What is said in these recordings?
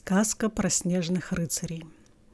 Сказка про снежных рыцарей.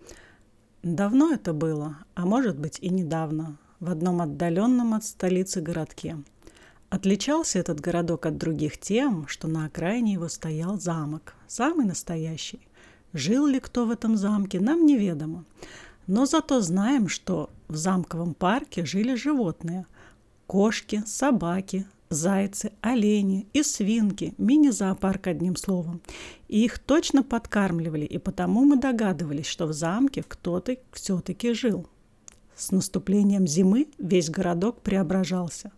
Давно это было, а может быть и недавно, в одном отдаленном от столицы городке. Отличался этот городок от других тем, что на окраине его стоял замок, самый настоящий. Жил ли кто в этом замке, нам неведомо. Но зато знаем, что в замковом парке жили животные – кошки, собаки, зайцы, олени и свинки, мини-зоопарк одним словом. И их точно подкармливали, и потому мы догадывались, что в замке кто-то все-таки жил. С наступлением зимы весь городок преображался.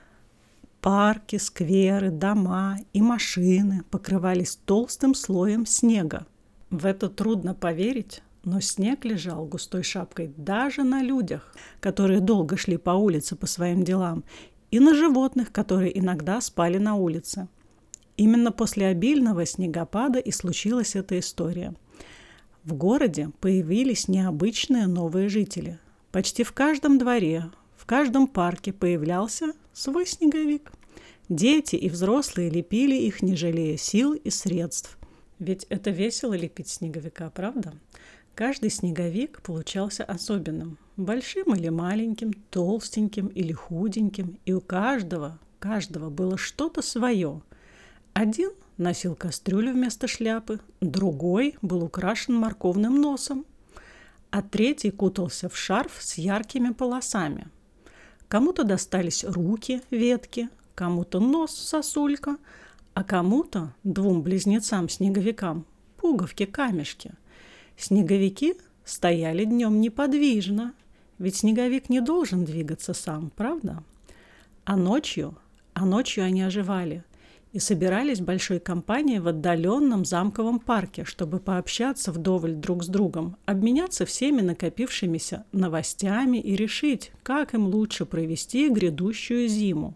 Парки, скверы, дома и машины покрывались толстым слоем снега. В это трудно поверить, но снег лежал густой шапкой даже на людях, которые долго шли по улице по своим делам, и на животных, которые иногда спали на улице. Именно после обильного снегопада и случилась эта история. В городе появились необычные новые жители. Почти в каждом дворе, в каждом парке появлялся свой снеговик. Дети и взрослые лепили их, не жалея сил и средств. Ведь это весело лепить снеговика, правда? Каждый снеговик получался особенным. Большим или маленьким, толстеньким или худеньким. И у каждого было что-то свое. Один носил кастрюлю вместо шляпы, другой был украшен морковным носом, а третий кутался в шарф с яркими полосами. Кому-то достались руки, ветки, кому-то нос, сосулька, а кому-то, двум близнецам-снеговикам, пуговки, камешки. Снеговики стояли днем неподвижно, ведь снеговик не должен двигаться сам, правда? А ночью они оживали и собирались большой компанией в отдаленном замковом парке, чтобы пообщаться вдоволь друг с другом, обменяться всеми накопившимися новостями и решить, как им лучше провести грядущую зиму.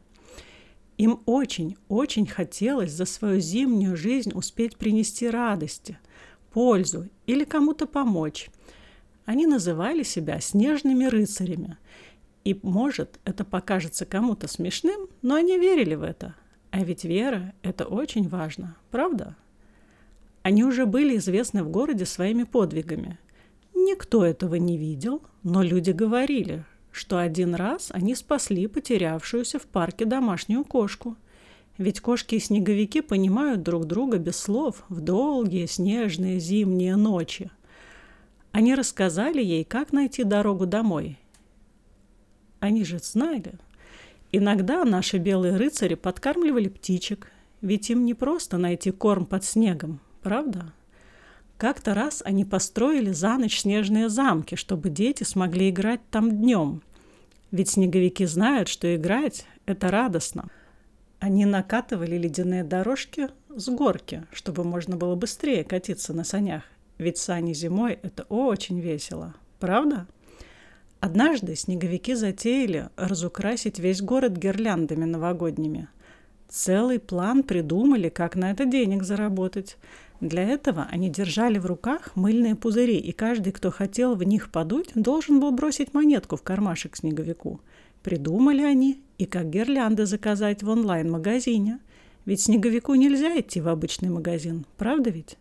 Им очень хотелось за свою зимнюю жизнь успеть принести радости, пользу или кому-то помочь. Они называли себя снежными рыцарями. И, может, это покажется кому-то смешным, но они верили в это. А ведь вера – это очень важно, правда? Они уже были известны в городе своими подвигами. Никто этого не видел, но люди говорили, что один раз они спасли потерявшуюся в парке домашнюю кошку. Ведь кошки и снеговики понимают друг друга без слов в долгие снежные зимние ночи. Они рассказали ей, как найти дорогу домой. Они же знали. Иногда наши белые рыцари подкармливали птичек, ведь им не просто найти корм под снегом, правда? Как-то раз они построили за ночь снежные замки, чтобы дети смогли играть там днем. Ведь снеговики знают, что играть – это радостно. Они накатывали ледяные дорожки с горки, чтобы можно было быстрее катиться на санях. Ведь сани зимой – это очень весело, правда? Однажды снеговики затеяли разукрасить весь город гирляндами новогодними. Целый план придумали, как на это денег заработать. Для этого они держали в руках мыльные пузыри, и каждый, кто хотел в них подуть, должен был бросить монетку в кармашек снеговику. Придумали они и как гирлянды заказать в онлайн-магазине. Ведь снеговику нельзя идти в обычный магазин, правда ведь?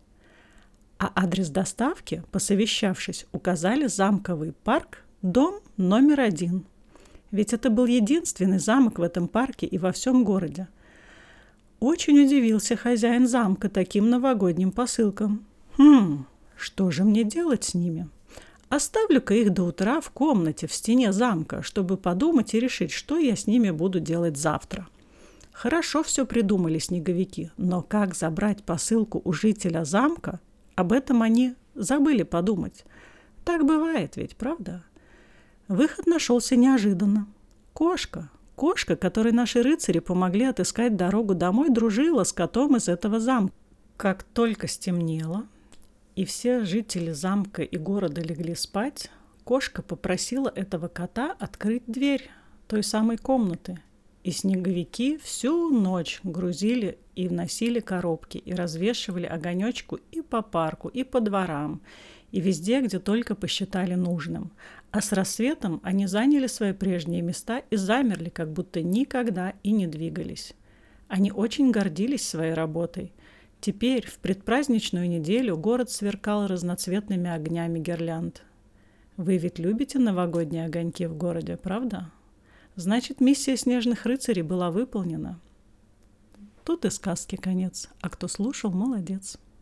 А адрес доставки, посовещавшись, указали замковый парк, дом номер 1. Ведь это был единственный замок в этом парке и во всем городе. Очень удивился хозяин замка таким новогодним посылкам. Что же мне делать с ними? Оставлю-ка их до утра в комнате в стене замка, чтобы подумать и решить, что я с ними буду делать завтра. Хорошо все придумали снеговики, но как забрать посылку у жителя замка, об этом они забыли подумать. Так бывает ведь, правда? Выход нашелся неожиданно. Кошка, которой наши рыцари помогли отыскать дорогу домой, дружила с котом из этого замка. Как только стемнело, и все жители замка и города легли спать, кошка попросила этого кота открыть дверь той самой комнаты. И снеговики всю ночь грузили и вносили коробки, и развешивали огонечку и по парку, и по дворам, и везде, где только посчитали нужным. А с рассветом они заняли свои прежние места и замерли, как будто никогда и не двигались. Они очень гордились своей работой. Теперь, в предпраздничную неделю, город сверкал разноцветными огнями гирлянд. Вы ведь любите новогодние огоньки в городе, правда? Значит, миссия снежных рыцарей была выполнена. Тут и сказки конец, а кто слушал, молодец.